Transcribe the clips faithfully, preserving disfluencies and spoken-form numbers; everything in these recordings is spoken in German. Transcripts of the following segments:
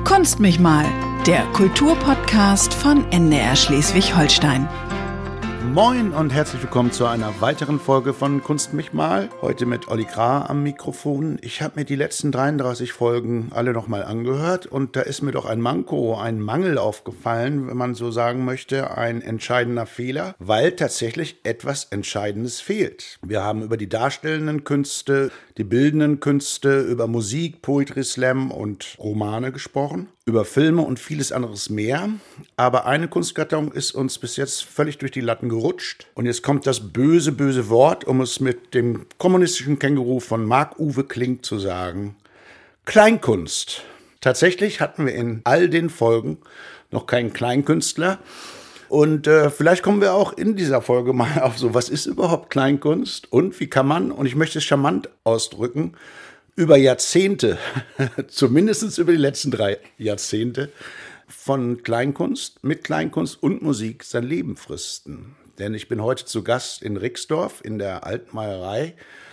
Kunst mich mal, der Kulturpodcast von N D R Schleswig-Holstein. Moin und herzlich willkommen zu einer weiteren Folge von Kunst mich mal. Heute mit Olli Krah am Mikrofon. Ich habe mir die letzten dreiunddreißig Folgen alle nochmal angehört und da ist mir doch ein Manko, ein Mangel aufgefallen, wenn man so sagen möchte, ein entscheidender Fehler, weil tatsächlich etwas Entscheidendes fehlt. Wir haben über die darstellenden Künste, die bildenden Künste, über Musik, Poetry Slam und Romane gesprochen, über Filme und vieles anderes mehr. Aber eine Kunstgattung ist uns bis jetzt völlig durch die Latten gerutscht. Und jetzt kommt das böse, böse Wort, um es mit dem kommunistischen Känguru von Marc-Uwe Kling zu sagen. Kleinkunst. Tatsächlich hatten wir in all den Folgen noch keinen Kleinkünstler. Und äh, vielleicht kommen wir auch in dieser Folge mal auf so, was ist überhaupt Kleinkunst und wie kann man, und ich möchte es charmant ausdrücken, über Jahrzehnte, zumindest über die letzten drei Jahrzehnte, von Kleinkunst, mit Kleinkunst und Musik sein Leben fristen. Denn ich bin heute zu Gast in Rixdorf in der Altmeierei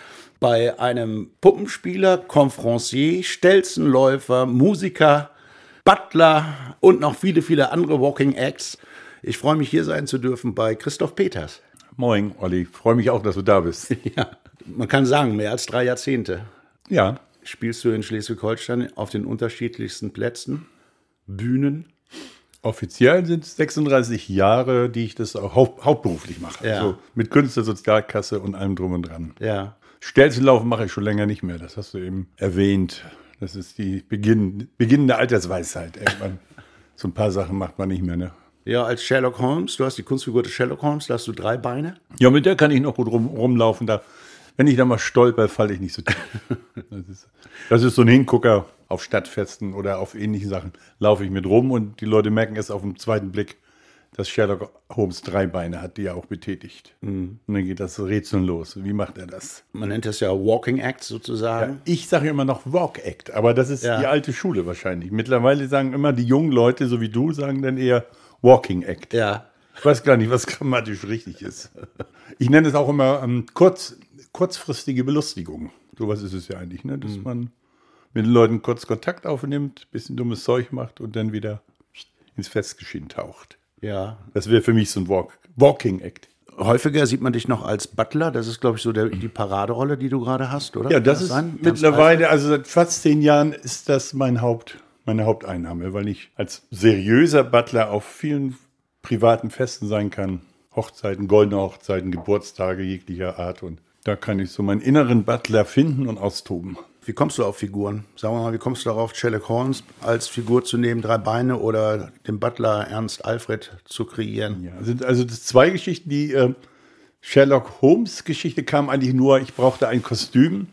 bei einem Puppenspieler, Conférencier, Stelzenläufer, Musiker, Butler und noch viele, viele andere Walking Acts. Ich freue mich, hier sein zu dürfen bei Christoph Peters. Moin, Olli. Freue mich auch, dass du da bist. Ja, man kann sagen, mehr als drei Jahrzehnte. Ja. Spielst du in Schleswig-Holstein auf den unterschiedlichsten Plätzen, Bühnen? Offiziell sind es sechsunddreißig Jahre, die ich das auch haupt, hauptberuflich mache. Ja. Also mit Künstler, Sozialkasse und allem drum und dran. Ja. Stelzenlaufen mache ich schon länger nicht mehr. Das hast du eben erwähnt. Das ist die Beginn, beginnende Altersweisheit. Irgendwann so ein paar Sachen macht man nicht mehr, ne? Ja, als Sherlock Holmes, du hast die Kunstfigur des Sherlock Holmes, da hast du drei Beine. Ja, mit der kann ich noch gut rum, rumlaufen. Da, wenn ich da mal stolper, falle ich nicht so tief. Das ist, das ist so ein Hingucker auf Stadtfesten oder auf ähnlichen Sachen. Laufe ich mit rum und die Leute merken erst auf den zweiten Blick, dass Sherlock Holmes drei Beine hat, die er auch betätigt. Mhm. Und dann geht das Rätseln los. Wie macht er das? Man nennt das ja Walking Act sozusagen. Ja, ich sage immer noch Walk Act, aber das ist ja die alte Schule wahrscheinlich. Mittlerweile sagen immer die jungen Leute, so wie du, sagen dann eher Walking Act. Ja. Ich weiß gar nicht, was grammatisch richtig ist. Ich nenne es auch immer ähm, kurz, kurzfristige Belustigung. Sowas ist es ja eigentlich, ne? Dass mhm. man mit den Leuten kurz Kontakt aufnimmt, ein bisschen dummes Zeug macht und dann wieder ins Festgeschehen taucht. Ja. Das wäre für mich so ein Walk, Walking Act. Häufiger sieht man dich noch als Butler. Das ist, glaube ich, so der, die Paraderolle, die du gerade hast, oder? Ja, das, das ist sein? Mittlerweile, also seit fast zehn Jahren ist das mein Haupt, meine Haupteinnahme, weil ich als seriöser Butler auf vielen privaten Festen sein kann. Hochzeiten, goldene Hochzeiten, Geburtstage jeglicher Art. Und da kann ich so meinen inneren Butler finden und austoben. Wie kommst du auf Figuren? Sagen wir mal, wie kommst du darauf, Sherlock Holmes als Figur zu nehmen, drei Beine oder den Butler Ernst Alfred zu kreieren? Ja, sind also das zwei Geschichten. Die äh, Sherlock Holmes Geschichte kam eigentlich nur, ich brauchte ein Kostüm,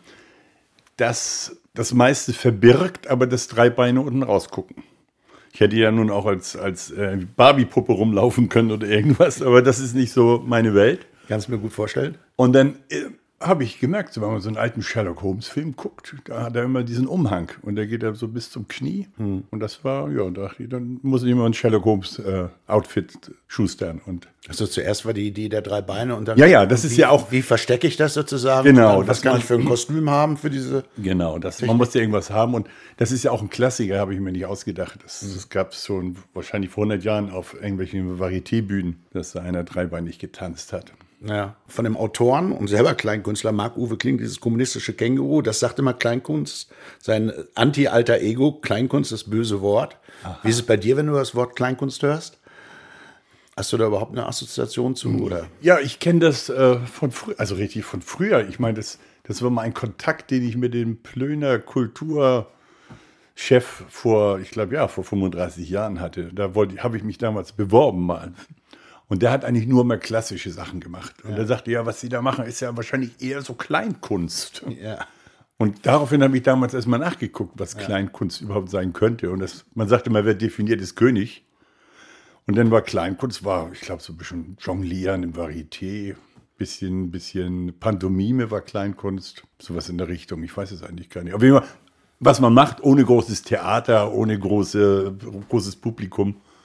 das das meiste verbirgt, aber das drei Beine unten rausgucken. Ich hätte ja nun auch als, als äh, Barbie-Puppe rumlaufen können oder irgendwas, aber das ist nicht so meine Welt. Kannst du mir gut vorstellen? Und dann äh, habe ich gemerkt, wenn man so einen alten Sherlock Holmes-Film guckt, da hat er immer diesen Umhang und der geht da so bis zum Knie. Hm. Und das war, ja, da dachte ich, dann muss ich immer ein Sherlock Holmes-Outfit äh, schustern. Und also zuerst war die Idee der drei Beine und dann. Ja, ja, das wie, ist ja auch. Wie verstecke ich das sozusagen? Genau. Dann, was kann ich für ein Kostüm haben für diese. Genau, das, man muss ja irgendwas haben und das ist ja auch ein Klassiker, habe ich mir nicht ausgedacht. Das, hm. das gab es schon wahrscheinlich vor hundert Jahren auf irgendwelchen Varieté-Bühnen, dass da einer dreibeinig getanzt hat. Ja, von dem Autoren und selber Kleinkünstler Marc-Uwe Kling, dieses kommunistische Känguru, das sagt immer Kleinkunst, sein Anti-Alter Ego, Kleinkunst, das böse Wort. Aha. Wie ist es bei dir, wenn du das Wort Kleinkunst hörst? Hast du da überhaupt eine Assoziation zu? Oder? Ja, ich kenne das äh, von früher, also richtig von früher. Ich meine, das, das war mal ein Kontakt, den ich mit dem Plöner Kulturchef vor, ich glaube, ja, vor fünfunddreißig Jahren hatte. Da wollte, habe ich mich damals beworben mal. Und der hat eigentlich nur mal klassische Sachen gemacht. Und ja. er sagte, ja, was Sie da machen, ist ja wahrscheinlich eher so Kleinkunst. Ja. Und daraufhin habe ich damals erstmal nachgeguckt, was ja. Kleinkunst überhaupt sein könnte. Und das, man sagte mal, wer definiert ist König. Und dann war Kleinkunst, war, ich glaube, so ein bisschen Jonglieren im Varieté, bisschen, bisschen Pantomime war Kleinkunst, sowas in der Richtung. Ich weiß es eigentlich gar nicht. Auf jeden Fall, was man macht, ohne großes Theater, ohne große, großes Publikum.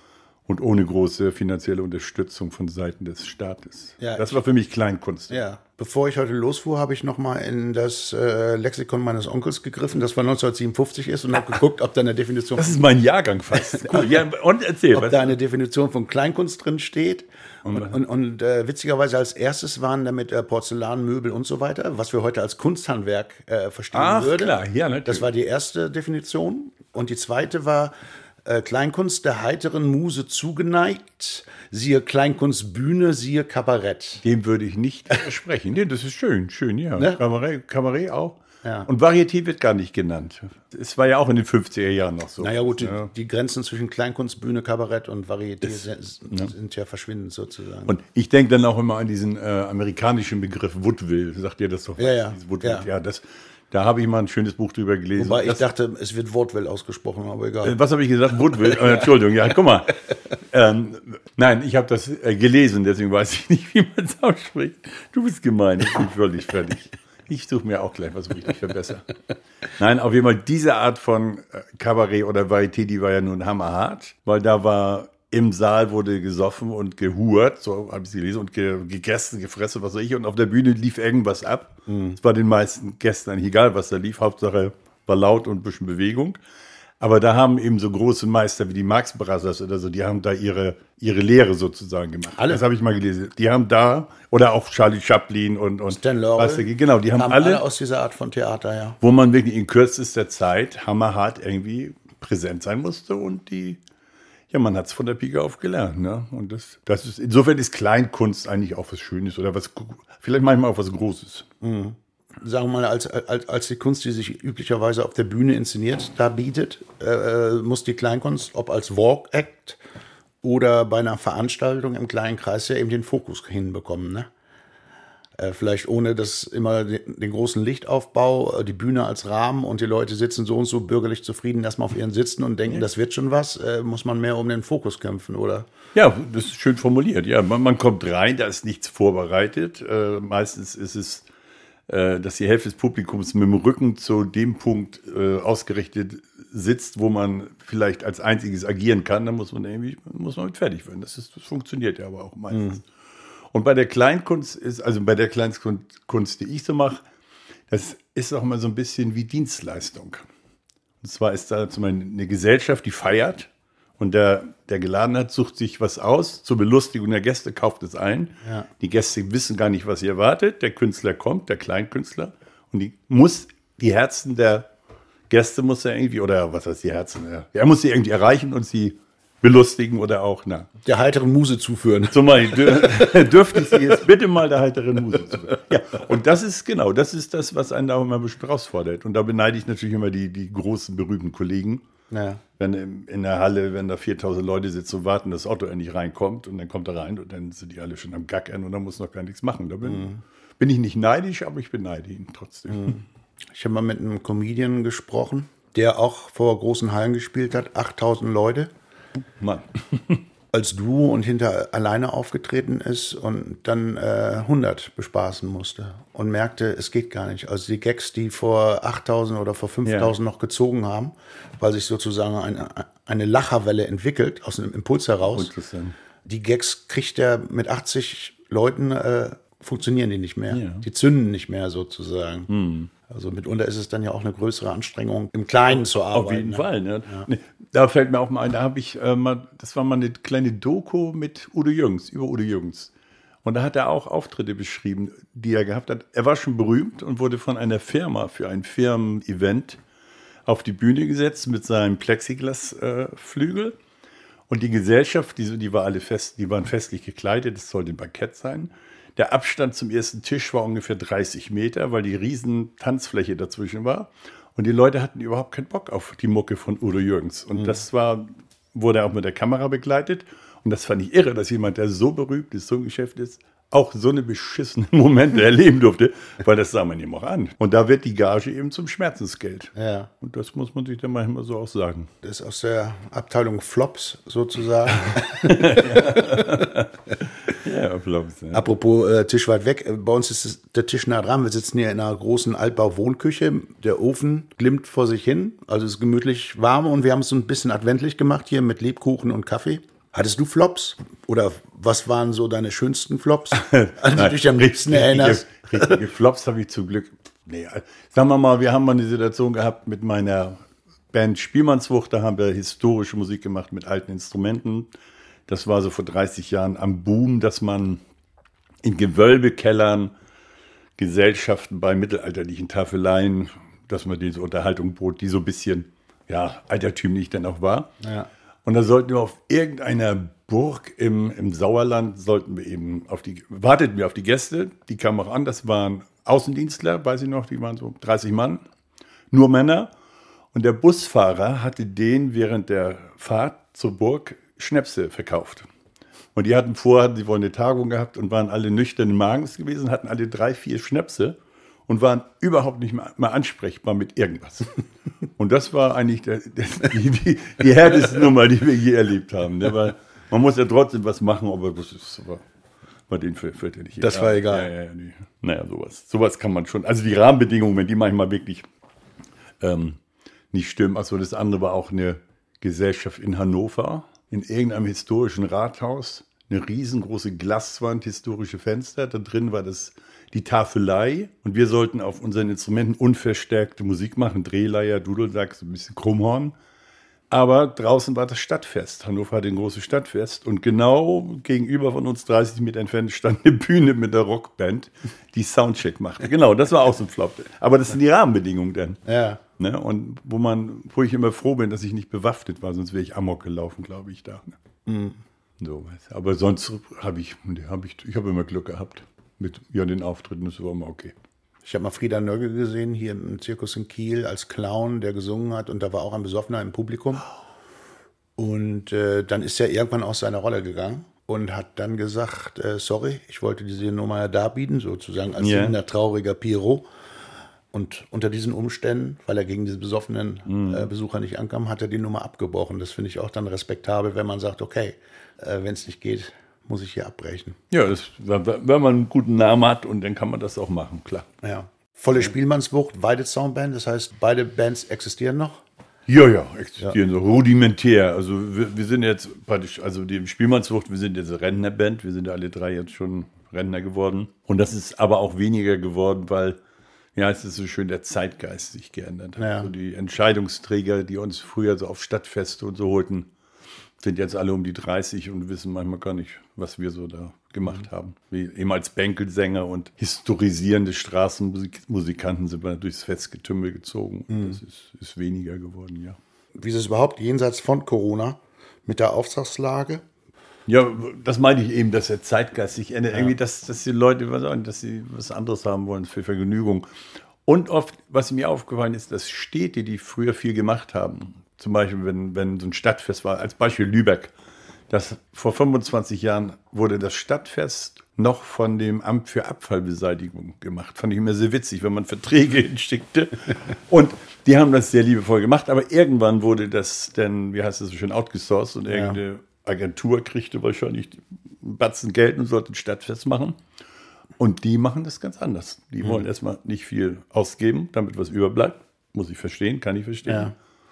und ohne große finanzielle Unterstützung von Seiten des Staates. Ja, das war für mich Kleinkunst. Ja. Bevor ich heute losfuhr, habe ich noch mal in das äh, Lexikon meines Onkels gegriffen, das von neunzehnhundertsiebenundfünfzig ist, und habe geguckt, ob da eine Definition... Das ist mein Jahrgang fast. Cool. Ja, und erzähl. ob was da eine Definition von Kleinkunst drin steht. Und, und, und äh, witzigerweise als erstes waren damit äh, Porzellan, Möbel und so weiter, was wir heute als Kunsthandwerk äh, verstehen Ach, würden. klar, ja, natürlich. Das war die erste Definition. Und die zweite war äh, Kleinkunst der heiteren Muse zugeneigt, siehe Kleinkunstbühne, siehe Kabarett. Dem würde ich nicht widersprechen. Nee, das ist schön, schön, ja. Ne? Kabarett, Kabarett auch. Ja. Und Varieté wird gar nicht genannt. Es war ja auch in den fünfziger Jahren noch so. Naja gut, ja. die, die Grenzen zwischen Kleinkunst, Bühne, Kabarett und Varieté sind, ja. sind ja verschwindend sozusagen. Und ich denke dann auch immer an diesen äh, amerikanischen Begriff Vaudeville. Sagt ihr das doch? Ja, ja. Vaudeville. Ja. ja das, da habe ich mal ein schönes Buch drüber gelesen. Wobei ich das, dachte, es wird Vaudeville ausgesprochen, aber egal. äh, was habe ich gesagt? Vaudeville? Äh, Entschuldigung, ja, guck mal. Ähm, nein, ich habe das äh, gelesen, deswegen weiß ich nicht, wie man es ausspricht. Du bist gemein, ich bin völlig fertig. Ich suche mir auch gleich was, wo ich mich verbessere. Nein, auf jeden Fall diese Art von Kabarett oder Varieté, die war ja nun hammerhart, weil da war im Saal wurde gesoffen und gehurt, so habe ich es gelesen, und ge- gegessen, gefressen, was weiß ich, und auf der Bühne lief irgendwas ab. Es mhm. war den meisten Gästen eigentlich egal, was da lief, Hauptsache war laut und ein bisschen Bewegung. Aber da haben eben so große Meister wie die Marx Brothers oder so, die haben da ihre, ihre Lehre sozusagen gemacht. Alle? Das habe ich mal gelesen. Die haben da, oder auch Charlie Chaplin und, und Stan Laurel. Genau, die haben Kamen alle, alle aus dieser Art von Theater, ja. wo man wirklich in kürzester Zeit hammerhart irgendwie präsent sein musste und die, ja, man hat es von der Pike auf gelernt, ne? Und das, das ist, insofern ist Kleinkunst eigentlich auch was Schönes oder was, vielleicht manchmal auch was Großes. Mhm. Sagen wir mal, als, als, als die Kunst, die sich üblicherweise auf der Bühne inszeniert, da bietet, äh, muss die Kleinkunst, ob als Walk-Act oder bei einer Veranstaltung im kleinen Kreis, ja eben den Fokus hinbekommen, ne? Äh, vielleicht ohne das immer den, den großen Lichtaufbau, die Bühne als Rahmen und die Leute sitzen so und so bürgerlich zufrieden erstmal auf ihren Sitzen und denken, das wird schon was, äh, muss man mehr um den Fokus kämpfen, oder? Ja, das ist schön formuliert. Ja, man, man kommt rein, da ist nichts vorbereitet. Äh, meistens ist es, äh, dass die Hälfte des Publikums mit dem Rücken zu dem Punkt äh, ausgerichtet sitzt, wo man vielleicht als einziges agieren kann. Da muss man irgendwie muss man mit fertig werden. Das, ist, das funktioniert ja aber auch meistens. Mhm. Und bei der Kleinkunst ist, also bei der Kleinkunst, die ich so mache, das ist auch mal so ein bisschen wie Dienstleistung. Und zwar ist da zum Beispiel eine Gesellschaft, die feiert und der, der geladen hat, sucht sich was aus zur Belustigung der Gäste, kauft es ein. Ja. Die Gäste wissen gar nicht, was sie erwartet. Der Künstler kommt, der Kleinkünstler, und die muss die Herzen der Gäste muss er irgendwie, oder was heißt die Herzen? Ja. Er muss sie irgendwie erreichen und sie belustigen oder auch, na. Der heiteren Muse zuführen. Zum Beispiel, dürfte ich Sie jetzt bitte mal der heiteren Muse zuführen. Ja, und das ist genau, das ist das, was einen da auch immer ein bisschen herausfordert. Und da beneide ich natürlich immer die, die großen, berühmten Kollegen. Ja. Wenn in der Halle, wenn da viertausend Leute sitzen und warten, dass das Auto endlich reinkommt, und dann kommt er rein und dann sind die alle schon am Gackern und dann muss noch gar nichts machen. Da bin, mhm. bin ich nicht neidisch, aber ich beneide ihn trotzdem. Mhm. Ich habe mal mit einem Comedian gesprochen, der auch vor großen Hallen gespielt hat, achttausend Leute. Mann. Als Duo und hinter alleine aufgetreten ist und dann äh, hundert bespaßen musste und merkte, es geht gar nicht. Also die Gags, die vor achttausend oder vor fünftausend ja. noch gezogen haben, weil sich sozusagen eine, eine Lacherwelle entwickelt, aus einem Impuls heraus. Die Gags kriegt er mit achtzig Leuten, äh, funktionieren die nicht mehr. Ja. Die zünden nicht mehr sozusagen. Hm. Also mitunter ist es dann ja auch eine größere Anstrengung, im Kleinen zu arbeiten. Auf jeden ne? Fall. Ne? Ja. Nee, da fällt mir auch mal ein, da habe ich äh, mal, das war mal eine kleine Doku mit Udo Jürgens, über Udo Jürgens. Und da hat er auch Auftritte beschrieben, die er gehabt hat. Er war schon berühmt und wurde von einer Firma für ein Firmen-Event auf die Bühne gesetzt mit seinem Plexiglasflügel. Äh, und die Gesellschaft, die, die, war alle fest, die waren festlich gekleidet, das sollte ein Bankett sein. Der Abstand zum ersten Tisch war ungefähr dreißig Meter, weil die riesen Tanzfläche dazwischen war. Und die Leute hatten überhaupt keinen Bock auf die Mucke von Udo Jürgens. Und mhm. das war, wurde auch mit der Kamera begleitet. Und das fand ich irre, dass jemand, der so berühmt ist, so im Geschäft ist, auch so eine beschissenen Momente erleben durfte, weil das sah man ihm auch an. Und da wird die Gage eben zum Schmerzensgeld. Ja. Und das muss man sich dann manchmal so auch sagen. Das ist aus der Abteilung Flops sozusagen. Ja, Flops. Ja. Apropos äh, Tisch weit weg, bei uns ist es, der Tisch nah dran. Wir sitzen hier in einer großen Altbau-Wohnküche. Der Ofen glimmt vor sich hin, also es ist gemütlich warm und wir haben es so ein bisschen adventlich gemacht hier mit Lebkuchen und Kaffee. Hattest du Flops? Oder was waren so deine schönsten Flops, an die du dich am liebsten erinnerst? Richtige, richtige Flops habe ich zum Glück. Nee, sagen wir mal, wir haben mal eine Situation gehabt mit meiner Band Spielmannswucht. Da haben wir historische Musik gemacht mit alten Instrumenten. Das war so vor dreißig Jahren am Boom, dass man in Gewölbekellern Gesellschaften bei mittelalterlichen Tafeleien, dass man diese Unterhaltung bot, die so ein bisschen, ja, altertümlich dann auch war. Ja. Und da sollten wir auf irgendeiner Burg im, im Sauerland, sollten wir eben auf die, warteten wir auf die Gäste, die kamen auch an, das waren Außendienstler, weiß ich noch, die waren so dreißig Mann, nur Männer. Und der Busfahrer hatte denen während der Fahrt zur Burg Schnäpse verkauft. Und die hatten vor, sie wollen eine Tagung gehabt und waren alle nüchternen Magens gewesen, hatten alle drei, vier Schnäpse und waren überhaupt nicht mehr, mehr ansprechbar mit irgendwas. Und das war eigentlich der, der, die, die, die härteste Nummer, die wir je erlebt haben. Ne? Weil man muss ja trotzdem was machen, aber das ist aber bei denen fürchterlich egal. Das war egal. Ja, ja, die, naja, sowas. Sowas kann man schon. Also die Rahmenbedingungen, wenn die manchmal wirklich ähm, nicht stimmen. Also das andere war auch eine Gesellschaft in Hannover, in irgendeinem historischen Rathaus. Eine riesengroße Glaswand, historische Fenster. Da drin war das die Tafelei. Und wir sollten auf unseren Instrumenten unverstärkte Musik machen. Drehleier, Dudelsack, so ein bisschen Krummhorn. Aber draußen war das Stadtfest. Hannover hatte ein großes Stadtfest. Und genau gegenüber von uns, dreißig Meter entfernt, stand eine Bühne mit der Rockband, die Soundcheck machte. Genau, das war auch so ein Flop. Aber das sind die Rahmenbedingungen dann. Ja. Ne? Und wo man, wo ich immer froh bin, dass ich nicht bewaffnet war, sonst wäre ich amok gelaufen, glaube ich, da. Ne? Mhm. So, aber sonst habe ich, hab ich, ich habe immer Glück gehabt mit ja, den Auftritten, das war immer okay. Ich habe mal Frieda Nögge gesehen, hier im Zirkus in Kiel, als Clown, der gesungen hat. Und da war auch ein Besoffener im Publikum. Und äh, dann ist er irgendwann aus seiner Rolle gegangen und hat dann gesagt, äh, sorry, ich wollte diese Nummer ja darbieten, sozusagen als Ja. yeah. trauriger Pierrot. Und unter diesen Umständen, weil er gegen diese besoffenen mm. äh, Besucher nicht ankam, hat er die Nummer abgebrochen. Das finde ich auch dann respektabel, wenn man sagt, okay, äh, wenn es nicht geht, muss ich hier abbrechen. Ja, das, wenn man einen guten Namen hat und dann kann man das auch machen, klar. Ja. Volle Spielmannswucht, beide Soundband, das heißt, beide Bands existieren noch? Ja, ja, existieren ja. so rudimentär. Also wir, wir sind jetzt praktisch, also die Spielmannswucht, wir sind jetzt eine Rentnerband, wir sind ja alle drei jetzt schon Rentner geworden. Und das ist aber auch weniger geworden, weil, ja, es ist so schön, der Zeitgeist sich geändert hat. Ja. Also die Entscheidungsträger, die uns früher so auf Stadtfeste und so holten, sind jetzt alle um die dreißig und wissen manchmal gar nicht, was wir so da gemacht mhm. haben. Wie eben als Bänkelsänger und historisierende Straßenmusikanten sind wir durchs Festgetümmel gezogen. Mhm. Das ist, ist weniger geworden, ja. Wie ist es überhaupt jenseits von Corona mit der Auftragslage? Ja, das meine ich eben, dass der Zeitgeist sich ändert. Ja. Irgendwie, dass, dass die Leute was sagen, dass sie was anderes haben wollen für Vergnügung. Und oft, was mir aufgefallen ist, dass Städte, die früher viel gemacht haben, zum Beispiel, wenn, wenn so ein Stadtfest war, als Beispiel Lübeck, das vor fünfundzwanzig Jahren wurde das Stadtfest noch von dem Amt für Abfallbeseitigung gemacht. Fand ich immer sehr witzig, wenn man Verträge hinschickte. Und die haben das sehr liebevoll gemacht, aber irgendwann wurde das dann, wie heißt das so schön, outgesourced und irgendeine ja. Agentur kriegte wahrscheinlich einen Batzen Geld und sollte ein Stadtfest machen. Und die machen das ganz anders. Die wollen mhm. erstmal nicht viel ausgeben, damit was überbleibt. Muss ich verstehen, kann ich verstehen. Ja.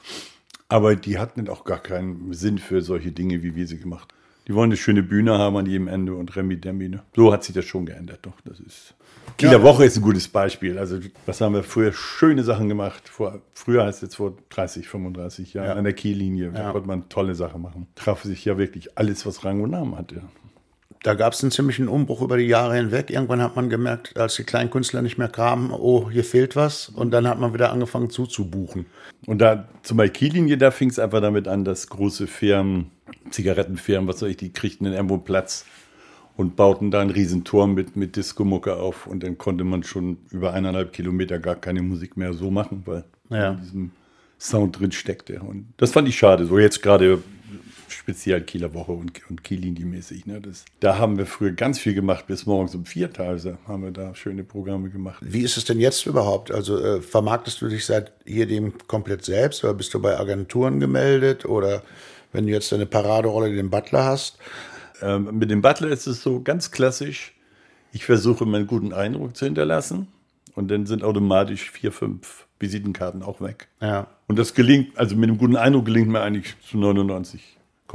Aber die hatten auch gar keinen Sinn für solche Dinge, wie wir sie gemacht haben. Die wollen eine schöne Bühne haben an jedem Ende und Remi Demi. Ne? So hat sich das schon geändert. Doch, das ist. Kieler ja. Woche ist ein gutes Beispiel. Also, was haben wir früher schöne Sachen gemacht? Vor, früher heißt es jetzt vor dreißig, fünfunddreißig Jahren ja. an der Kiellinie. Da ja. konnte man tolle Sachen machen. Traf sich ja wirklich alles, was Rang und Namen hatte. Da gab es einen ziemlichen Umbruch über die Jahre hinweg. Irgendwann hat man gemerkt, als die Kleinkünstler nicht mehr kamen, oh, hier fehlt was. Und dann hat man wieder angefangen zuzubuchen. Und da zum Beispiel Kiellinie, da fing es einfach damit an, dass große Firmen, Zigarettenfirmen, was soll ich, die kriegten dann irgendwo Platz und bauten da einen riesen Turm mit, mit Disco-Mucke auf. Und dann konnte man schon über eineinhalb Kilometer gar keine Musik mehr so machen, weil ja. in diesem Sound drin steckte. Und das fand ich schade. So jetzt gerade speziell Kieler Woche und, und Kiellinie-mäßig. Ne? Das, da haben wir früher ganz viel gemacht, bis morgens um vier teilweise haben wir da schöne Programme gemacht. Wie ist es denn jetzt überhaupt? Also äh, vermarktest du dich seit jedem komplett selbst oder bist du bei Agenturen gemeldet oder wenn du jetzt deine Paraderolle den Butler hast? Ähm, mit dem Butler ist es so ganz klassisch, ich versuche immer einen guten Eindruck zu hinterlassen und dann sind automatisch vier, fünf Visitenkarten auch weg. Ja. Und das gelingt, also mit einem guten Eindruck gelingt mir eigentlich zu neunundneunzig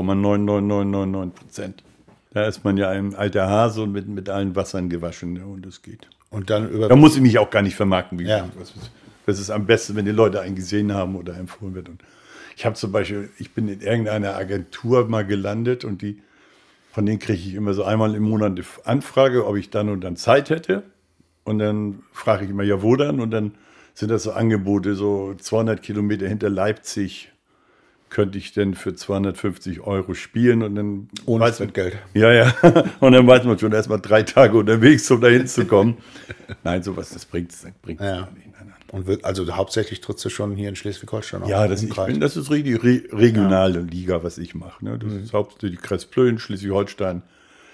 Komma neun neun neun neun neun Prozent. Da ist man ja ein alter Hase und mit, mit allen Wassern gewaschen, ne, und das geht. Und dann über da muss ich mich auch gar nicht vermarkten. Wie ja. das, ist, das ist am besten, wenn die Leute einen gesehen haben oder empfohlen wird. Und ich habe zum Beispiel, ich bin in irgendeiner Agentur mal gelandet und die, von denen kriege ich immer so einmal im Monat eine Anfrage, ob ich dann und dann Zeit hätte. Und dann frage ich immer, ja, wo dann? Und dann sind das so Angebote, so zweihundert Kilometer hinter Leipzig könnte ich denn für zweihundertfünfzig Euro spielen. Und dann ohne weiß man, Geld. Ja, ja. Und dann weiß man schon erst mal drei Tage unterwegs, um da hinzukommen. Nein, sowas, das bringt es bringt ja. nicht. Und wird, also hauptsächlich trittst du schon hier in Schleswig-Holstein auf? Ja, das, ich bin, das ist richtig re, regionale ja. Liga, was ich mache. Ne? Das mhm. ist hauptsächlich Kreis Plön, Schleswig-Holstein,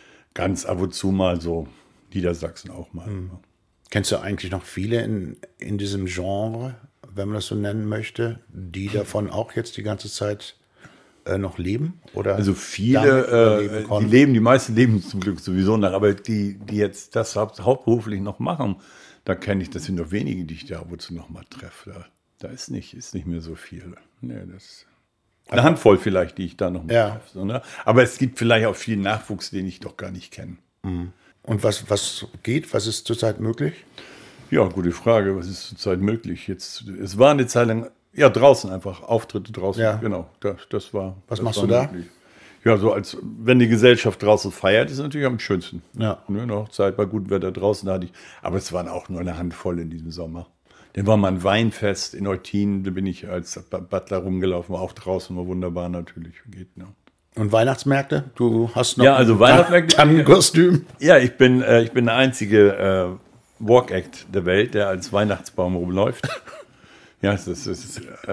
ganz ab und zu mal so Niedersachsen auch mal. Mhm. Kennst du eigentlich noch viele in, in diesem Genre, wenn man das so nennen möchte, die davon auch jetzt die ganze Zeit äh, noch leben? Oder also viele, äh, die leben, die meisten leben zum Glück sowieso noch, aber die, die jetzt das haupt, hauptberuflich noch machen, da kenne ich, das sind nur wenige, die ich da ab und zu noch mal treffe. Da, da ist, nicht, ist nicht mehr so viel. Nee, das eine Handvoll vielleicht, die ich da noch mal ja. treffe. So, ne? Aber es gibt vielleicht auch viel Nachwuchs, den ich doch gar nicht kenne. Mhm. Und was, was geht? Was ist zurzeit möglich? Ja, gute Frage. Was ist zurzeit möglich? Jetzt, es war eine Zeit lang, ja, draußen einfach, Auftritte draußen. Ja. Genau, das, das war. Was das machst war du möglich. Da? Ja, so als, wenn die Gesellschaft draußen feiert, ist es natürlich am schönsten. Ja. Ne, noch Zeit bei gutem Wetter draußen hatte ich. Aber es waren auch nur eine Handvoll in diesem Sommer. Dann war mal ein Weinfest in Eutin, da bin ich als Butler rumgelaufen, war auch draußen, war wunderbar natürlich. Geht, ne. Und Weihnachtsmärkte? Du hast noch ja, also ein Weihnachtsmärkte, Tannenkostüm? Ja, ich bin, äh, ich bin der einzige äh, Walk-Act der Welt, der als Weihnachtsbaum rumläuft. Ja, das ist, das ist äh,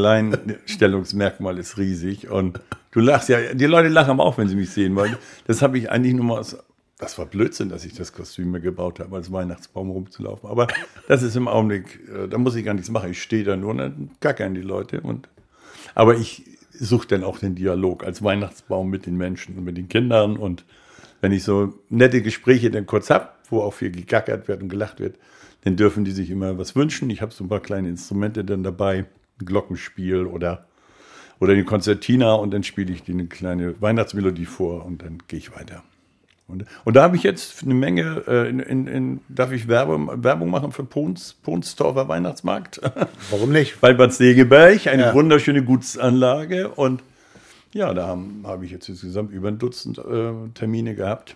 Alleinstellungsmerkmal ist riesig. Und du lachst ja, die Leute lachen auch, wenn sie mich sehen, weil das habe ich eigentlich nur mal aus, das war Blödsinn, dass ich das Kostüm mir gebaut habe, als Weihnachtsbaum rumzulaufen. Aber das ist im Augenblick, äh, da muss ich gar nichts machen. Ich stehe da nur und dann gackern die Leute. Und, aber ich suche dann auch den Dialog als Weihnachtsbaum mit den Menschen und mit den Kindern. Und wenn ich so nette Gespräche dann kurz habe, wo auch viel gegackert wird und gelacht wird, dann dürfen die sich immer was wünschen. Ich habe so ein paar kleine Instrumente dann dabei, ein Glockenspiel oder, oder die Konzertina und dann spiele ich die eine kleine Weihnachtsmelodie vor und dann gehe ich weiter. Und, und da habe ich jetzt eine Menge, äh, in, in, in, darf ich Werbung, Werbung machen für Pons, Ponsdorfer Weihnachtsmarkt? Warum nicht? Bei Bad Segeberg, eine ja. wunderschöne Gutsanlage und ja, da habe hab ich jetzt insgesamt über ein Dutzend äh, Termine gehabt.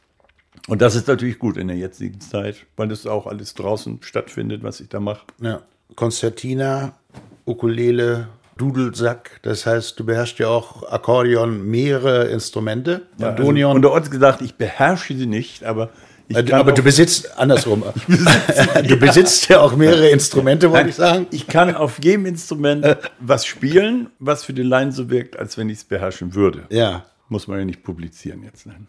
Und das ist natürlich gut in der jetzigen Zeit, weil das auch alles draußen stattfindet, was ich da mache. Ja. Konzertina, Ukulele, Dudelsack, das heißt, du beherrschst ja auch Akkordeon, mehrere Instrumente. Ja, also unter uns gesagt, ich beherrsche sie nicht, aber ich kann aber auch, du besitzt, andersrum, du besitzt ja auch mehrere Instrumente, wollte ich sagen. Ich kann auf jedem Instrument was spielen, was für den Laien so wirkt, als wenn ich es beherrschen würde. Ja. Muss man ja nicht publizieren jetzt. Nein.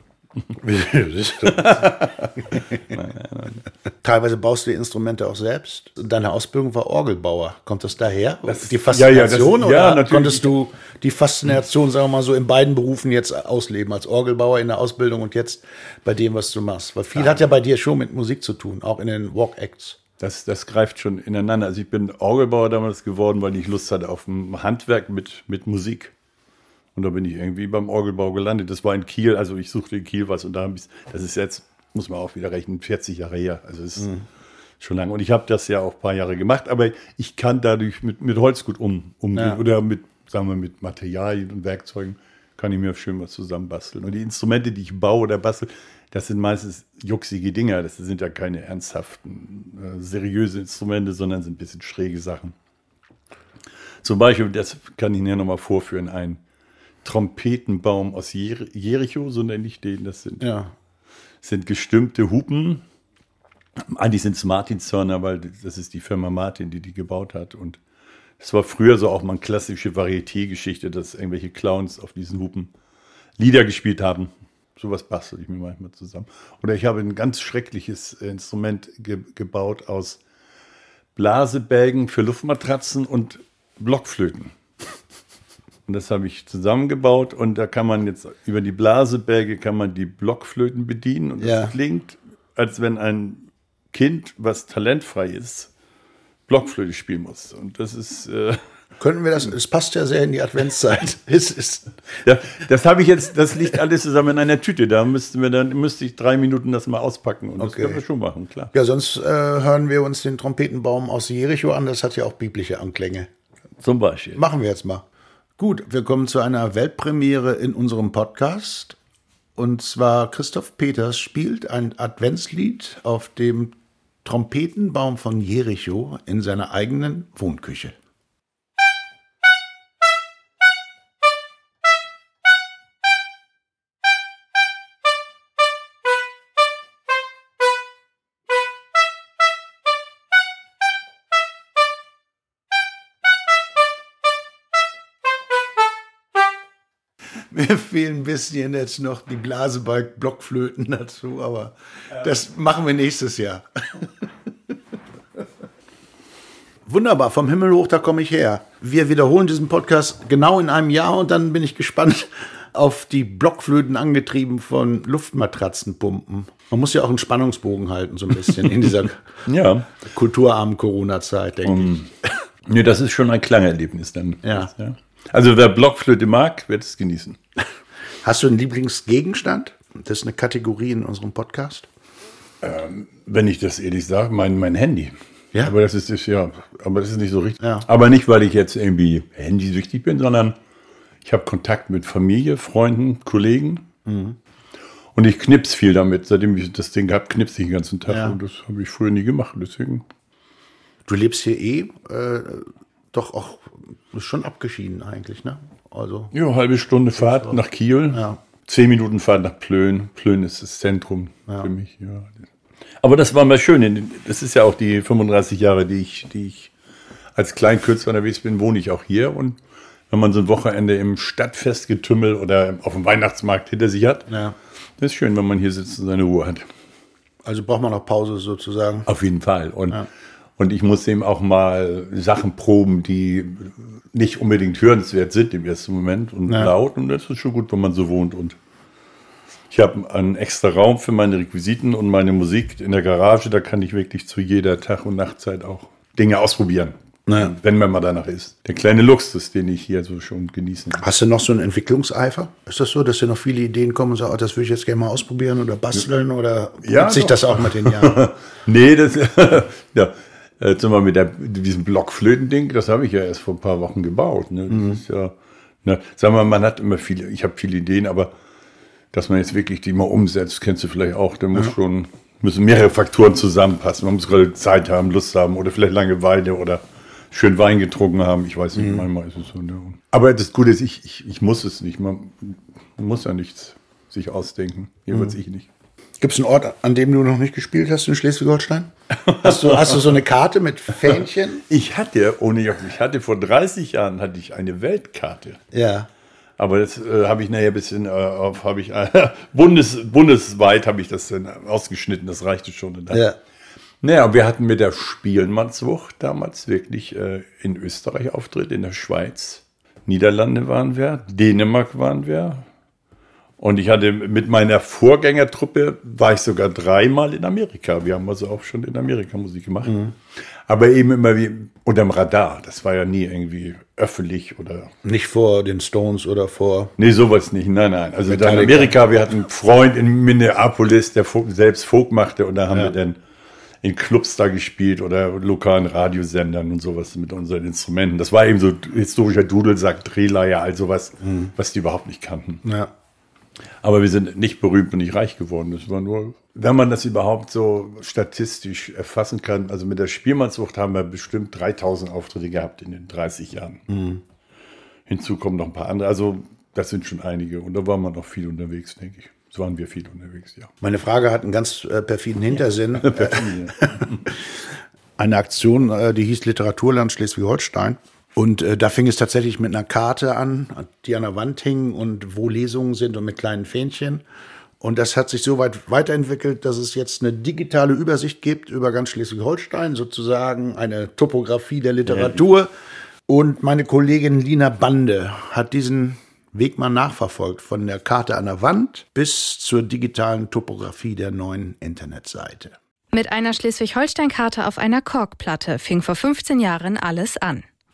nein, nein, nein. Teilweise baust du die Instrumente auch selbst. Deine Ausbildung war Orgelbauer. Kommt das daher? Das, die Faszination? Ja, ja, das, oder ja, konntest du die Faszination, sagen wir mal so, in beiden Berufen jetzt ausleben? Als Orgelbauer in der Ausbildung und jetzt bei dem, was du machst? Weil viel ja. hat ja bei dir schon mit Musik zu tun, auch in den Walk-Acts. Das, das greift schon ineinander. Also ich bin Orgelbauer damals geworden, weil ich Lust hatte auf ein Handwerk mit, mit Musik. Und da bin ich irgendwie beim Orgelbau gelandet. Das war in Kiel, also ich suchte in Kiel was und da habe ich, das ist jetzt, muss man auch wieder rechnen, vierzig Jahre her. Also es ist mhm. schon lange. Und ich habe das ja auch ein paar Jahre gemacht, aber ich kann dadurch mit, mit Holz gut um, umgehen. Ja. Oder mit, sagen wir, mit Materialien und Werkzeugen kann ich mir schön was zusammenbasteln. Und die Instrumente, die ich baue oder bastel, das sind meistens juxige Dinger. Das sind ja keine ernsthaften, äh, seriöse Instrumente, sondern sind ein bisschen schräge Sachen. Zum Beispiel, das kann ich Ihnen nochmal vorführen, ein Trompetenbaum aus Jer- Jericho, so nenne ich den. Das sind, ja. sind gestimmte Hupen. Eigentlich sind es Martinshörner, weil das ist die Firma Martin, die die gebaut hat. Und es war früher so auch mal eine klassische Varieté-Geschichte, dass irgendwelche Clowns auf diesen Hupen Lieder gespielt haben. Sowas bastel ich mir manchmal zusammen. Oder ich habe ein ganz schreckliches Instrument ge- gebaut aus Blasebälgen für Luftmatratzen und Blockflöten. Und das habe ich zusammengebaut und da kann man jetzt über die Blasebälge kann man die Blockflöten bedienen und das ja. klingt, als wenn ein Kind, was talentfrei ist, Blockflöte spielen muss. Und das ist, äh, Könnten wir das, es passt ja sehr in die Adventszeit. es ist Ja, das habe ich jetzt, das liegt alles zusammen in einer Tüte. Da müssten wir dann, müsste ich drei Minuten das mal auspacken. Und das Okay. können wir schon machen, klar. Ja, sonst äh, hören wir uns den Trompetenbaum aus Jericho an. Das hat ja auch biblische Anklänge. Zum Beispiel. Machen wir jetzt mal. Gut, wir kommen zu einer Weltpremiere in unserem Podcast. Und zwar Christoph Peters spielt ein Adventslied auf dem Trompetenbaum von Jericho in seiner eigenen Wohnküche. Mir fehlen ein bisschen jetzt noch die Blasebalg-Blockflöten dazu, aber ja. Das machen wir nächstes Jahr. Wunderbar, vom Himmel hoch, da komme ich her. Wir wiederholen diesen Podcast genau in einem Jahr und dann bin ich gespannt auf die Blockflöten angetrieben von Luftmatratzenpumpen. Man muss ja auch einen Spannungsbogen halten, so ein bisschen in dieser ja. kulturarmen Corona-Zeit, denke um, ich. Nee, das ist schon ein Klangerlebnis dann. Ja. ja. Also wer Blockflöte mag, wird es genießen. Hast du einen Lieblingsgegenstand? Das ist eine Kategorie in unserem Podcast. Ähm, wenn ich das ehrlich sage, mein, mein Handy. Ja. Aber das ist, ist ja, aber das ist nicht so richtig. Ja. Aber nicht, weil ich jetzt irgendwie handysüchtig bin, sondern ich habe Kontakt mit Familie, Freunden, Kollegen. Mhm. Und ich knips viel damit. Seitdem ich das Ding habe, knipse ich den ganzen Tag. Ja. Und das habe ich früher nie gemacht. Deswegen. Du lebst hier eh äh, doch auch schon abgeschieden eigentlich, ne? Also ja, halbe Stunde Fahrt nach Kiel, ja. zehn Minuten Fahrt nach Plön. Plön ist das Zentrum ja. für mich. Ja. Aber das war mal schön. Das ist ja auch die fünfunddreißig Jahre, die ich, die ich als Kleinkünstler unterwegs bin, wohne ich auch hier. Und wenn man so ein Wochenende im Stadtfestgetümmel oder auf dem Weihnachtsmarkt hinter sich hat, ja. das ist schön, wenn man hier sitzt und seine Ruhe hat. Also braucht man noch Pause sozusagen. Auf jeden Fall. Und ja. Und ich muss eben auch mal Sachen proben, die nicht unbedingt hörenswert sind im ersten Moment und ja. laut. Und das ist schon gut, wenn man so wohnt. Und ich habe einen extra Raum für meine Requisiten und meine Musik in der Garage. Da kann ich wirklich zu jeder Tag- und Nachtzeit auch Dinge ausprobieren, ja. wenn man mal danach ist. Der kleine Luxus, den ich hier so schon genießen kann. Hast du noch so einen Entwicklungseifer? Ist das so, dass dir noch viele Ideen kommen und sagen, oh, das würde ich jetzt gerne mal ausprobieren oder basteln? Oder ja, sich das auch mit den Jahren? Nee, das ja. Äh, zum Beispiel mit, der, mit diesem Blockflöten-Ding, das habe ich ja erst vor ein paar Wochen gebaut. Ne? Das mhm. ist ja, ne, sagen wir mal, man hat immer viele, ich habe viele Ideen, aber dass man jetzt wirklich die mal umsetzt, kennst du vielleicht auch, da muss ja. schon, müssen mehrere Faktoren zusammenpassen. Man muss gerade Zeit haben, Lust haben oder vielleicht Langeweile oder schön Wein getrunken haben. Ich weiß nicht, mhm. manchmal ist es so. Ne? Aber das Gute ist, ich, ich, ich muss es nicht. Man, man muss ja nichts sich ausdenken. Jedenfalls mhm. ich nicht. Gibt es einen Ort, an dem du noch nicht gespielt hast in Schleswig-Holstein? Hast du, hast du so eine Karte mit Fähnchen? Ich hatte, ohne ich hatte vor dreißig Jahren hatte ich eine Weltkarte. Ja. Aber das äh, habe ich nachher ein bisschen äh, auf, habe ich äh, Bundes, bundesweit habe ich das dann ausgeschnitten, das reichte schon. Dann. Ja. Naja, wir hatten mit der Spielmannswucht damals wirklich äh, in Österreich Auftritt, in der Schweiz, Niederlande waren wir, Dänemark waren wir. Und ich hatte mit meiner Vorgängertruppe, war ich sogar dreimal in Amerika. Wir haben also auch schon in Amerika Musik gemacht. Mhm. Aber eben immer wie unterm Radar. Das war ja nie irgendwie öffentlich oder... Nicht vor den Stones oder vor... Nee, sowas nicht. Nein, nein. Also in Amerika, wir hatten einen Freund in Minneapolis, der selbst Folk machte. Und da haben ja. wir dann in Clubs da gespielt oder lokalen Radiosendern und sowas mit unseren Instrumenten. Das war eben so historischer Dudelsack, Drehleier, all sowas, mhm. was die überhaupt nicht kannten. Ja. Aber wir sind nicht berühmt und nicht reich geworden. Das war nur, wenn man das überhaupt so statistisch erfassen kann. Also mit der Spielmannswucht haben wir bestimmt dreitausend Auftritte gehabt in den dreißig Jahren. Mhm. Hinzu kommen noch ein paar andere. Also das sind schon einige. Und da war man noch viel unterwegs, denke ich. So waren wir viel unterwegs, ja. Meine Frage hat einen ganz äh, perfiden Hintersinn. Ja. Perfide. Eine Aktion, äh, die hieß Literaturland Schleswig-Holstein. Und äh, da fing es tatsächlich mit einer Karte an, die an der Wand hing und wo Lesungen sind und mit kleinen Fähnchen. Und das hat sich so weit weiterentwickelt, dass es jetzt eine digitale Übersicht gibt über ganz Schleswig-Holstein, sozusagen eine Topographie der Literatur. Ja. Und meine Kollegin Lina Bande hat diesen Weg mal nachverfolgt, von der Karte an der Wand bis zur digitalen Topographie der neuen Internetseite. Mit einer Schleswig-Holstein-Karte auf einer Korkplatte fing vor fünfzehn Jahren alles an.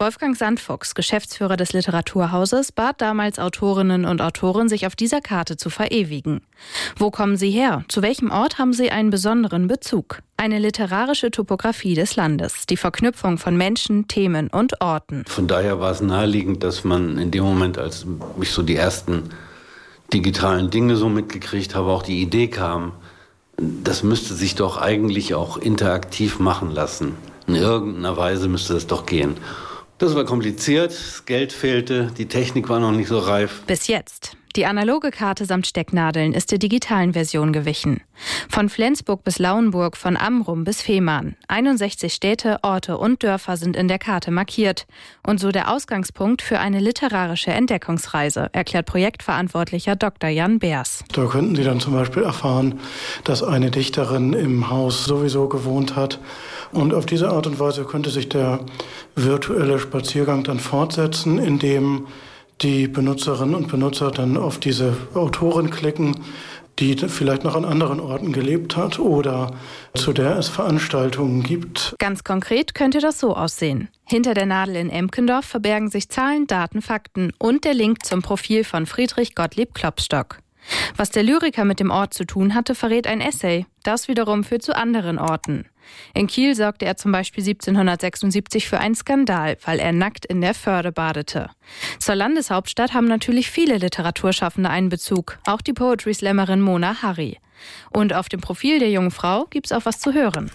Wolfgang Sandfuchs, Geschäftsführer des Literaturhauses, bat damals Autorinnen und Autoren, sich auf dieser Karte zu verewigen. Wo kommen sie her? Zu welchem Ort haben sie einen besonderen Bezug? Eine literarische Topographie des Landes, die Verknüpfung von Menschen, Themen und Orten. Von daher war es naheliegend, dass man in dem Moment, als ich so die ersten digitalen Dinge so mitgekriegt habe, auch die Idee kam, das müsste sich doch eigentlich auch interaktiv machen lassen. In irgendeiner Weise müsste das doch gehen. Das war kompliziert, das Geld fehlte, die Technik war noch nicht so reif. Bis jetzt. Die analoge Karte samt Stecknadeln ist der digitalen Version gewichen. Von Flensburg bis Lauenburg, von Amrum bis Fehmarn. einundsechzig Städte, Orte und Dörfer sind in der Karte markiert. Und so der Ausgangspunkt für eine literarische Entdeckungsreise, erklärt Projektverantwortlicher Doktor Jan Beers. Da könnten Sie dann zum Beispiel erfahren, dass eine Dichterin im Haus sowieso gewohnt hat. Und auf diese Art und Weise könnte sich der virtuelle Spaziergang dann fortsetzen, indem die Benutzerinnen und Benutzer dann auf diese Autorin klicken, die vielleicht noch an anderen Orten gelebt hat oder zu der es Veranstaltungen gibt. Ganz konkret könnte das so aussehen. Hinter der Nadel in Emkendorf verbergen sich Zahlen, Daten, Fakten und der Link zum Profil von Friedrich Gottlieb Klopstock. Was der Lyriker mit dem Ort zu tun hatte, verrät ein Essay. Das wiederum führt zu anderen Orten. In Kiel sorgte er zum Beispiel siebzehnhundertsechsundsiebzig für einen Skandal, weil er nackt in der Förde badete. Zur Landeshauptstadt haben natürlich viele Literaturschaffende einen Bezug, auch die Poetry-Slammerin Mona Harry. Und auf dem Profil der jungen Frau gibt's auch was zu hören.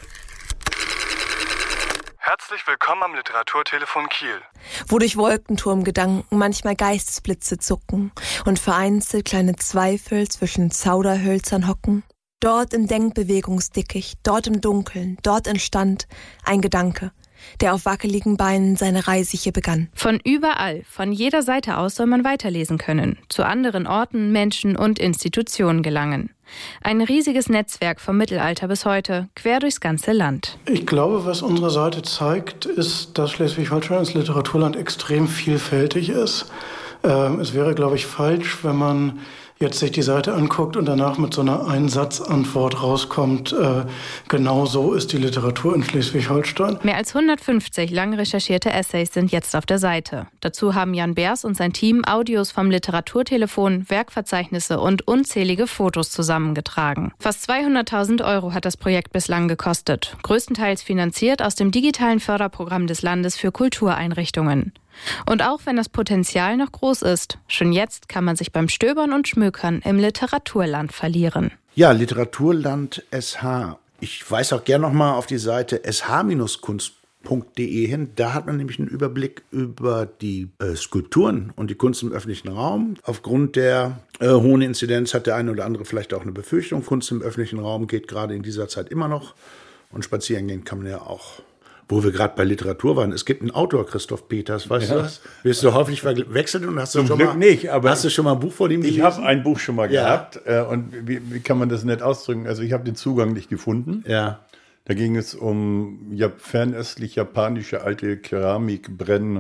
Herzlich willkommen am Literaturtelefon Kiel. Wo durch Wolkenturmgedanken manchmal Geistesblitze zucken und vereinzelt kleine Zweifel zwischen Zauderhölzern hocken. Dort im Denkbewegungsdickicht, dort im Dunkeln, dort entstand ein Gedanke, der auf wackeligen Beinen seine Reise hier begann. Von überall, von jeder Seite aus soll man weiterlesen können, zu anderen Orten, Menschen und Institutionen gelangen. Ein riesiges Netzwerk vom Mittelalter bis heute, quer durchs ganze Land. Ich glaube, was unsere Seite zeigt, ist, dass Schleswig-Holstein als Literaturland extrem vielfältig ist. Ähm, es wäre, glaube ich, falsch, wenn man jetzt sich die Seite anguckt und danach mit so einer Einsatzantwort rauskommt, äh, genau so ist die Literatur in Schleswig-Holstein. Mehr als hundertfünfzig lang recherchierte Essays sind jetzt auf der Seite. Dazu haben Jan Beers und sein Team Audios vom Literaturtelefon, Werkverzeichnisse und unzählige Fotos zusammengetragen. Fast zweihunderttausend Euro hat das Projekt bislang gekostet, größtenteils finanziert aus dem digitalen Förderprogramm des Landes für Kultureinrichtungen. Und auch wenn das Potenzial noch groß ist, schon jetzt kann man sich beim Stöbern und Schmökern im Literaturland verlieren. Ja, Literaturland S H. Ich weise auch gerne noch mal auf die Seite s h kunst punkt d e hin. Da hat man nämlich einen Überblick über die äh, Skulpturen und die Kunst im öffentlichen Raum. Aufgrund der äh, hohen Inzidenz hat der eine oder andere vielleicht auch eine Befürchtung. Kunst im öffentlichen Raum geht gerade in dieser Zeit immer noch. Und spazieren gehen kann man ja auch. Wo wir gerade bei Literatur waren. Es gibt einen Autor, Christoph Peters, weißt ja. du das? Wirst du häufig verwechselt und hast du Zum schon Glück mal, nicht, aber hast du schon mal ein Buch vor dem gelesen? Ich habe ein Buch schon mal ja. gehabt äh, und wie, wie kann man das nicht ausdrücken? Also ich habe den Zugang nicht gefunden. Ja. Da ging es um ja, fernöstlich japanische alte Keramik, Brenn,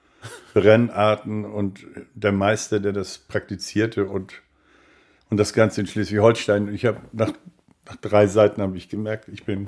Brennarten und der Meister, der das praktizierte und, und das Ganze in Schleswig-Holstein. Ich habe nach, nach drei Seiten habe ich gemerkt, ich bin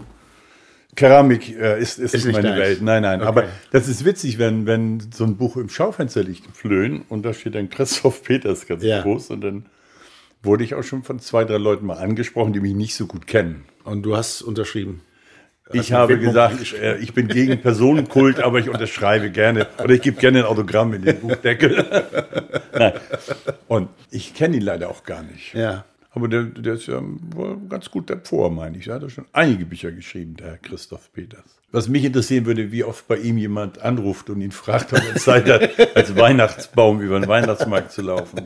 Keramik äh, ist, ist, ist nicht meine Welt. Nein, nein. Okay. Aber das ist witzig, wenn, wenn so ein Buch im Schaufenster liegt, Flöhen, und da steht dann Christoph Peters ganz ja. groß. Und dann wurde ich auch schon von zwei, drei Leuten mal angesprochen, die mich nicht so gut kennen. Und du hast unterschrieben? Ich hast habe gesagt, äh, ich bin gegen Personenkult, aber ich unterschreibe gerne. Oder ich gebe gerne ein Autogramm in den Buchdeckel. Nein. Und ich kenne ihn leider auch gar nicht. Ja. Aber der, der ist ja wohl ganz gut davor, meine ich. Er hat ja schon einige Bücher geschrieben, der Herr Christoph Peters. Was mich interessieren würde, wie oft bei ihm jemand anruft und ihn fragt, ob er Zeit hat, als Weihnachtsbaum über den Weihnachtsmarkt zu laufen.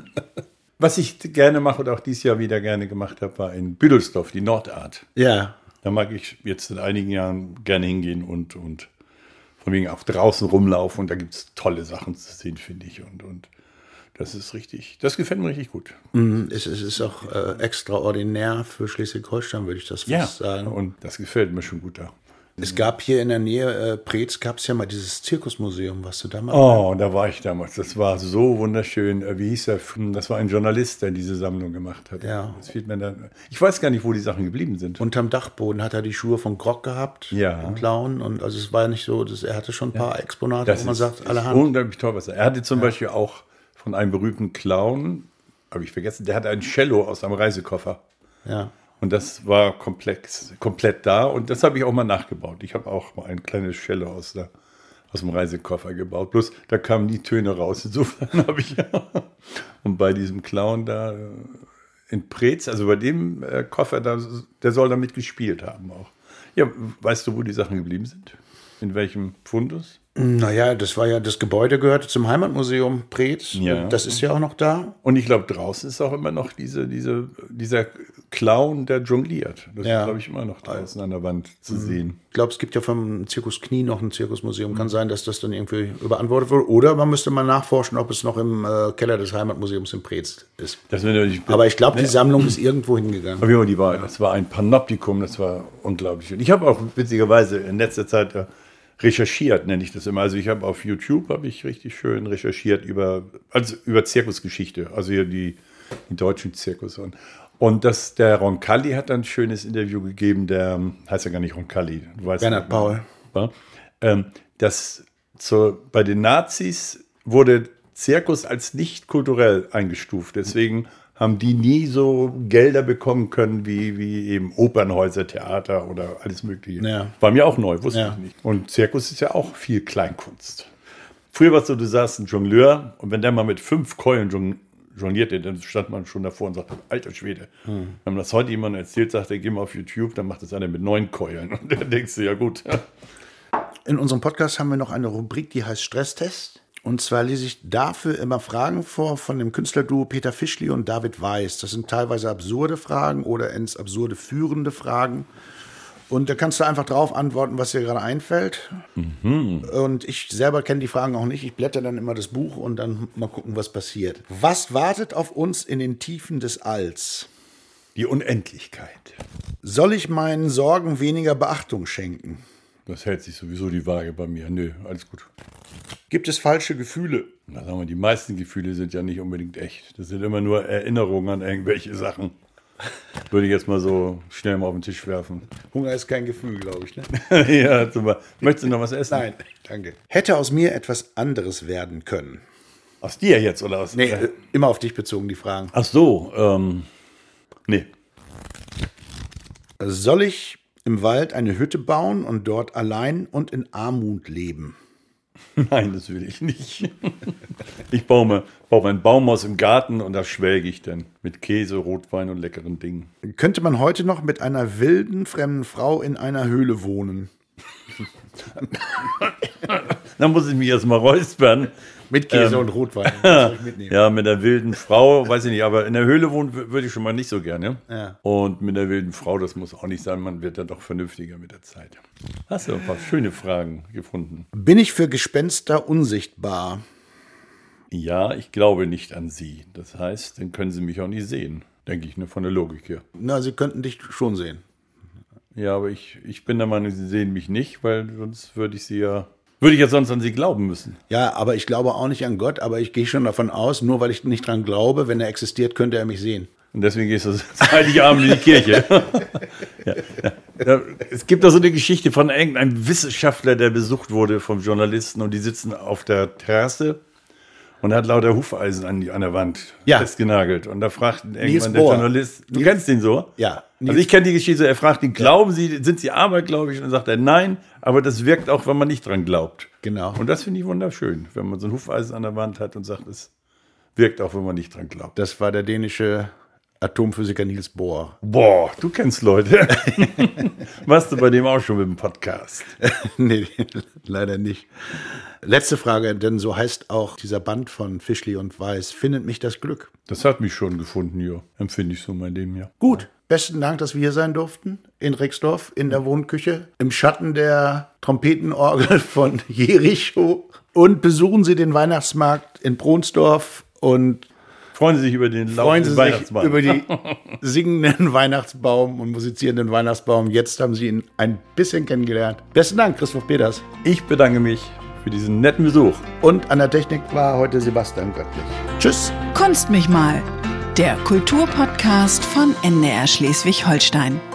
Was ich gerne mache und auch dieses Jahr wieder gerne gemacht habe, war in Büdelsdorf, die Nordart. Ja. Da mag ich jetzt in einigen Jahren gerne hingehen und, und von wegen auch draußen rumlaufen. Und da gibt es tolle Sachen zu sehen, finde ich. Und, und das ist richtig, das gefällt mir richtig gut. Mm, es, es ist auch äh, extraordinär für Schleswig-Holstein, würde ich das fast ja, sagen. Und das gefällt mir schon gut da. Es gab hier in der Nähe äh, Preetz, gab es ja mal dieses Zirkusmuseum, was du da mal... Oh, da war ich damals. Das war so wunderschön. Wie hieß der? Das war ein Journalist, der diese Sammlung gemacht hat. Ja. Das fehlt mir dann. Ich weiß gar nicht, wo die Sachen geblieben sind. Unterm Dachboden hat er die Schuhe von Grog gehabt, ja. im Clown. Und also es war ja nicht so, dass er hatte schon ein paar ja. Exponate, das wo man ist, sagt, ist allerhand. Unglaublich toll, was er. Er hatte zum ja. Beispiel auch von einem berühmten Clown, habe ich vergessen, der hatte ein Cello aus einem Reisekoffer. Ja. Und das war komplex, komplett da. Und das habe ich auch mal nachgebaut. Ich habe auch mal ein kleines Cello aus, der, aus dem Reisekoffer gebaut. Bloß da kamen die Töne raus. Insofern habe ich... Und bei diesem Clown da in Preetz, also bei dem äh, Koffer, da, der soll damit gespielt haben auch. Ja, weißt du, wo die Sachen geblieben sind? In welchem Fundus? Naja, das war ja, das Gebäude gehörte zum Heimatmuseum Preetz. Ja. Das ist ja auch noch da. Und ich glaube, draußen ist auch immer noch diese, diese, dieser Clown, der jongliert. Das ja. ist, glaube ich, immer noch draußen an der Wand zu mhm. sehen. Ich glaube, es gibt ja vom Zirkus Knie noch ein Zirkusmuseum. Kann sein, dass das dann irgendwie überantwortet wurde. Oder man müsste mal nachforschen, ob es noch im äh, Keller des Heimatmuseums in Preetz ist. Das natürlich, aber ich glaube, die Sammlung ist irgendwo hingegangen. Aber die war, das war ein Panoptikum, das war unglaublich schön. Ich habe auch witzigerweise in letzter Zeit äh, recherchiert, nenne ich das immer. Also ich habe auf YouTube habe ich richtig schön recherchiert über, also über Zirkusgeschichte, also hier die, die deutschen Zirkus. Und das, der Roncalli hat ein schönes Interview gegeben, der heißt ja gar nicht Roncalli. Du weißt Bernhard nicht, Paul. Ja, ähm, dass zur, bei den Nazis wurde Zirkus als nicht kulturell eingestuft. Deswegen haben die nie so Gelder bekommen können wie, wie eben Opernhäuser, Theater oder alles Mögliche. Ja. War mir auch neu, wusste ja. ich nicht. Und Zirkus ist ja auch viel Kleinkunst. Früher war es so, du saßt ein Jongleur und wenn der mal mit fünf Keulen jonglierte, dann stand man schon davor und sagte, alter Schwede. Hm. Wenn man das heute jemandem erzählt, sagt er, geh mal auf YouTube, dann macht das einer mit neun Keulen. Und dann denkst du, ja gut. In unserem Podcast haben wir noch eine Rubrik, die heißt Stresstest. Und zwar lese ich dafür immer Fragen vor von dem Künstlerduo Peter Fischli und David Weiß. Das sind teilweise absurde Fragen oder ins Absurde führende Fragen. Und da kannst du einfach drauf antworten, was dir gerade einfällt. Mhm. Und ich selber kenne die Fragen auch nicht. Ich blätter dann immer das Buch und dann mal gucken, was passiert. Was wartet auf uns in den Tiefen des Alls? Die Unendlichkeit. Soll ich meinen Sorgen weniger Beachtung schenken? Das hält sich sowieso die Waage bei mir. Nö, alles gut. Gibt es falsche Gefühle? Na, sagen wir, die meisten Gefühle sind ja nicht unbedingt echt. Das sind immer nur Erinnerungen an irgendwelche Sachen. Würde ich jetzt mal so schnell mal auf den Tisch werfen. Hunger ist kein Gefühl, glaube ich. Ne? Ja, super. Möchtest du noch was essen? Nein, danke. Hätte aus mir etwas anderes werden können? Aus dir jetzt oder aus? Nee, äh, immer auf dich bezogen, die Fragen. Ach so, ähm, nee. Soll ich im Wald eine Hütte bauen und dort allein und in Armut leben? Nein, das will ich nicht. Ich baue mir, baue mir ein Baumhaus im Garten und da schwelge ich dann mit Käse, Rotwein und leckeren Dingen. Könnte man heute noch mit einer wilden, fremden Frau in einer Höhle wohnen? Dann muss ich mich erst mal räuspern. Mit Käse ähm, und Rotwein. Das ich mitnehmen. Ja, mit einer wilden Frau, weiß ich nicht, aber in der Höhle wohnen würde ich schon mal nicht so gerne. Ja. Und mit einer wilden Frau, das muss auch nicht sein, man wird dann doch vernünftiger mit der Zeit. Hast du ein paar schöne Fragen gefunden. Bin ich für Gespenster unsichtbar? Ja, ich glaube nicht an sie. Das heißt, dann können sie mich auch nicht sehen, denke ich, nur von der Logik her. Na, sie könnten dich schon sehen. Ja, aber ich, ich bin der Meinung, sie sehen mich nicht, weil sonst würde ich sie ja... Würde ich ja sonst an sie glauben müssen. Ja, aber ich glaube auch nicht an Gott, aber ich gehe schon davon aus, nur weil ich nicht dran glaube, wenn er existiert, könnte er mich sehen. Und deswegen gehst du Heiligabend in die Kirche. Ja, ja. Es gibt da so eine Geschichte von irgendeinem Wissenschaftler, der besucht wurde vom Journalisten und die sitzen auf der Terrasse und hat lauter Hufeisen an, die, an der Wand ja. festgenagelt. Und da fragt irgendwann der Journalist, du Niels, kennst den so? Ja. Niels. Also ich kenne die Geschichte, er fragt ihn, glauben Sie, sind Sie armer, glaube ich? Und dann sagt er, nein, aber das wirkt auch, wenn man nicht dran glaubt. Genau. Und das finde ich wunderschön, wenn man so ein Hufeisen an der Wand hat und sagt, es wirkt auch, wenn man nicht dran glaubt. Das war der dänische Atomphysiker Niels Bohr. Boah, du kennst Leute. Warst du bei dem auch schon mit dem Podcast? Nee, leider nicht. Letzte Frage, denn so heißt auch dieser Band von Fischli und Weiß, findet mich das Glück? Das hat mich schon gefunden, ja. Empfinde ich so mein Leben, ja. Gut, besten Dank, dass wir hier sein durften, in Rixdorf, in der Wohnküche, im Schatten der Trompetenorgel von Jericho. Und besuchen Sie den Weihnachtsmarkt in Bronsdorf und Freuen Sie sich über den Freuen Sie laufenden sich Weihnachtsbaum. über die singenden Weihnachtsbaum und musizierenden Weihnachtsbaum. Jetzt haben Sie ihn ein bisschen kennengelernt. Besten Dank, Christoph Peters. Ich bedanke mich für diesen netten Besuch. Und an der Technik war heute Sebastian Göttlich. Tschüss. Kunst mich mal. Der Kulturpodcast von N D R Schleswig-Holstein.